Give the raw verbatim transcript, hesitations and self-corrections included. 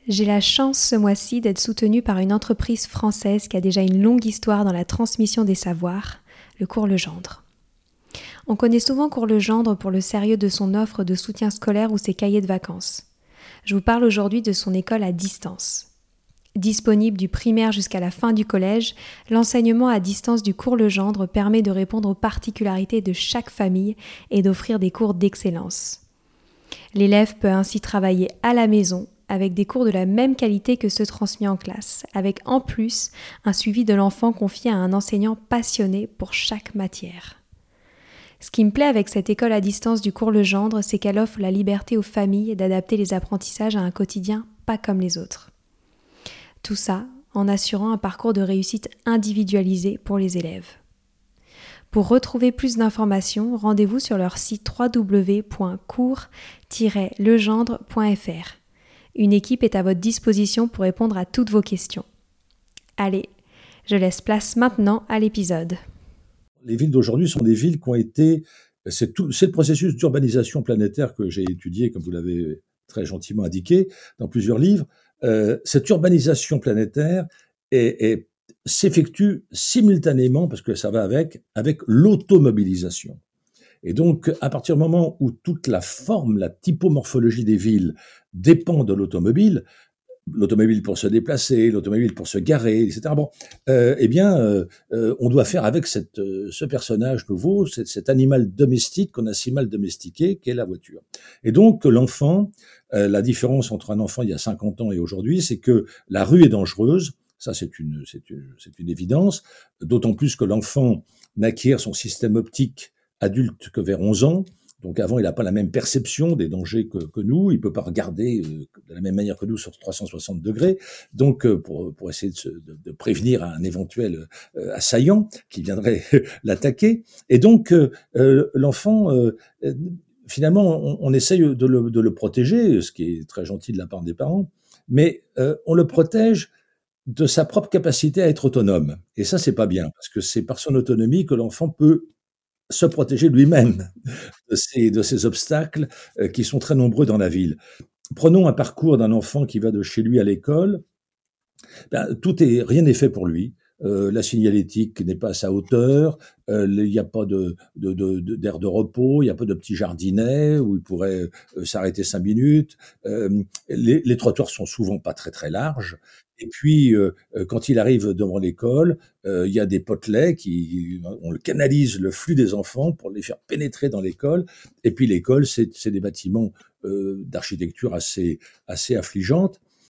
J'ai la chance ce mois-ci d'être soutenue par une entreprise française qui a déjà une longue histoire dans la transmission des savoirs, le Cours Legendre. On connaît souvent Cours Legendre pour le sérieux de son offre de soutien scolaire ou ses cahiers de vacances. Je vous parle aujourd'hui de son école à distance. Disponible du primaire jusqu'à la fin du collège, l'enseignement à distance du Cours Legendre permet de répondre aux particularités de chaque famille et d'offrir des cours d'excellence. L'élève peut ainsi travailler à la maison avec des cours de la même qualité que ceux transmis en classe, avec en plus un suivi de l'enfant confié à un enseignant passionné pour chaque matière. Ce qui me plaît avec cette école à distance du Cours Legendre, c'est qu'elle offre la liberté aux familles d'adapter les apprentissages à un quotidien pas comme les autres. Tout ça en assurant un parcours de réussite individualisé pour les élèves. Pour retrouver plus d'informations, rendez-vous sur leur site w w w point cours tiret legendre point f r. Une équipe est à votre disposition pour répondre à toutes vos questions. Allez, je laisse place maintenant à l'épisode. Les villes d'aujourd'hui sont des villes qui ont été... C'est, tout, c'est le processus d'urbanisation planétaire que j'ai étudié, comme vous l'avez très gentiment indiqué, dans plusieurs livres. Euh, cette urbanisation planétaire est, est, s'effectue simultanément, parce que ça va avec, avec l'automobilisation. Et donc, à partir du moment où toute la forme, la typomorphologie des villes dépend de l'automobile, l'automobile pour se déplacer, l'automobile pour se garer, et cetera. Bon, euh, eh bien, euh, euh, on doit faire avec cette, euh, ce personnage nouveau, cet, cet animal domestique qu'on a si mal domestiqué, qu'est la voiture. Et donc, l'enfant, euh, la différence entre un enfant il y a cinquante ans et aujourd'hui, c'est que la rue est dangereuse. Ça, c'est une, c'est une, c'est une évidence. D'autant plus que l'enfant n'acquiert son système optique adulte que vers onze ans. Donc avant, il n'a pas la même perception des dangers que, que nous. Il peut pas regarder euh, de la même manière que nous sur trois cent soixante degrés. Donc euh, pour, pour essayer de, se, de, de prévenir un éventuel euh, assaillant qui viendrait l'attaquer. Et donc euh, euh, l'enfant, euh, finalement, on, on essaye de le, de le protéger, ce qui est très gentil de la part des parents, mais euh, on le protège de sa propre capacité à être autonome. Et ça, c'est pas bien, parce que c'est par son autonomie que l'enfant peut se protéger lui-même de ces, de ces obstacles euh, qui sont très nombreux dans la ville. Prenons un parcours d'un enfant qui va de chez lui à l'école. Ben, tout est, rien n'est fait pour lui. Euh, la signalétique n'est pas à sa hauteur, euh, il n'y a pas de, de, de, de, d'air de repos, il n'y a pas de petit jardinet où il pourrait euh, s'arrêter cinq minutes. Euh, les, les trottoirs sont souvent pas très très larges. Et puis, euh, quand il arrive devant l'école, euh, il y a des potelets qui, on le canalise le flux des enfants pour les faire pénétrer dans l'école. Et puis l'école, c'est, c'est des bâtiments euh, d'architecture assez assez affligeante.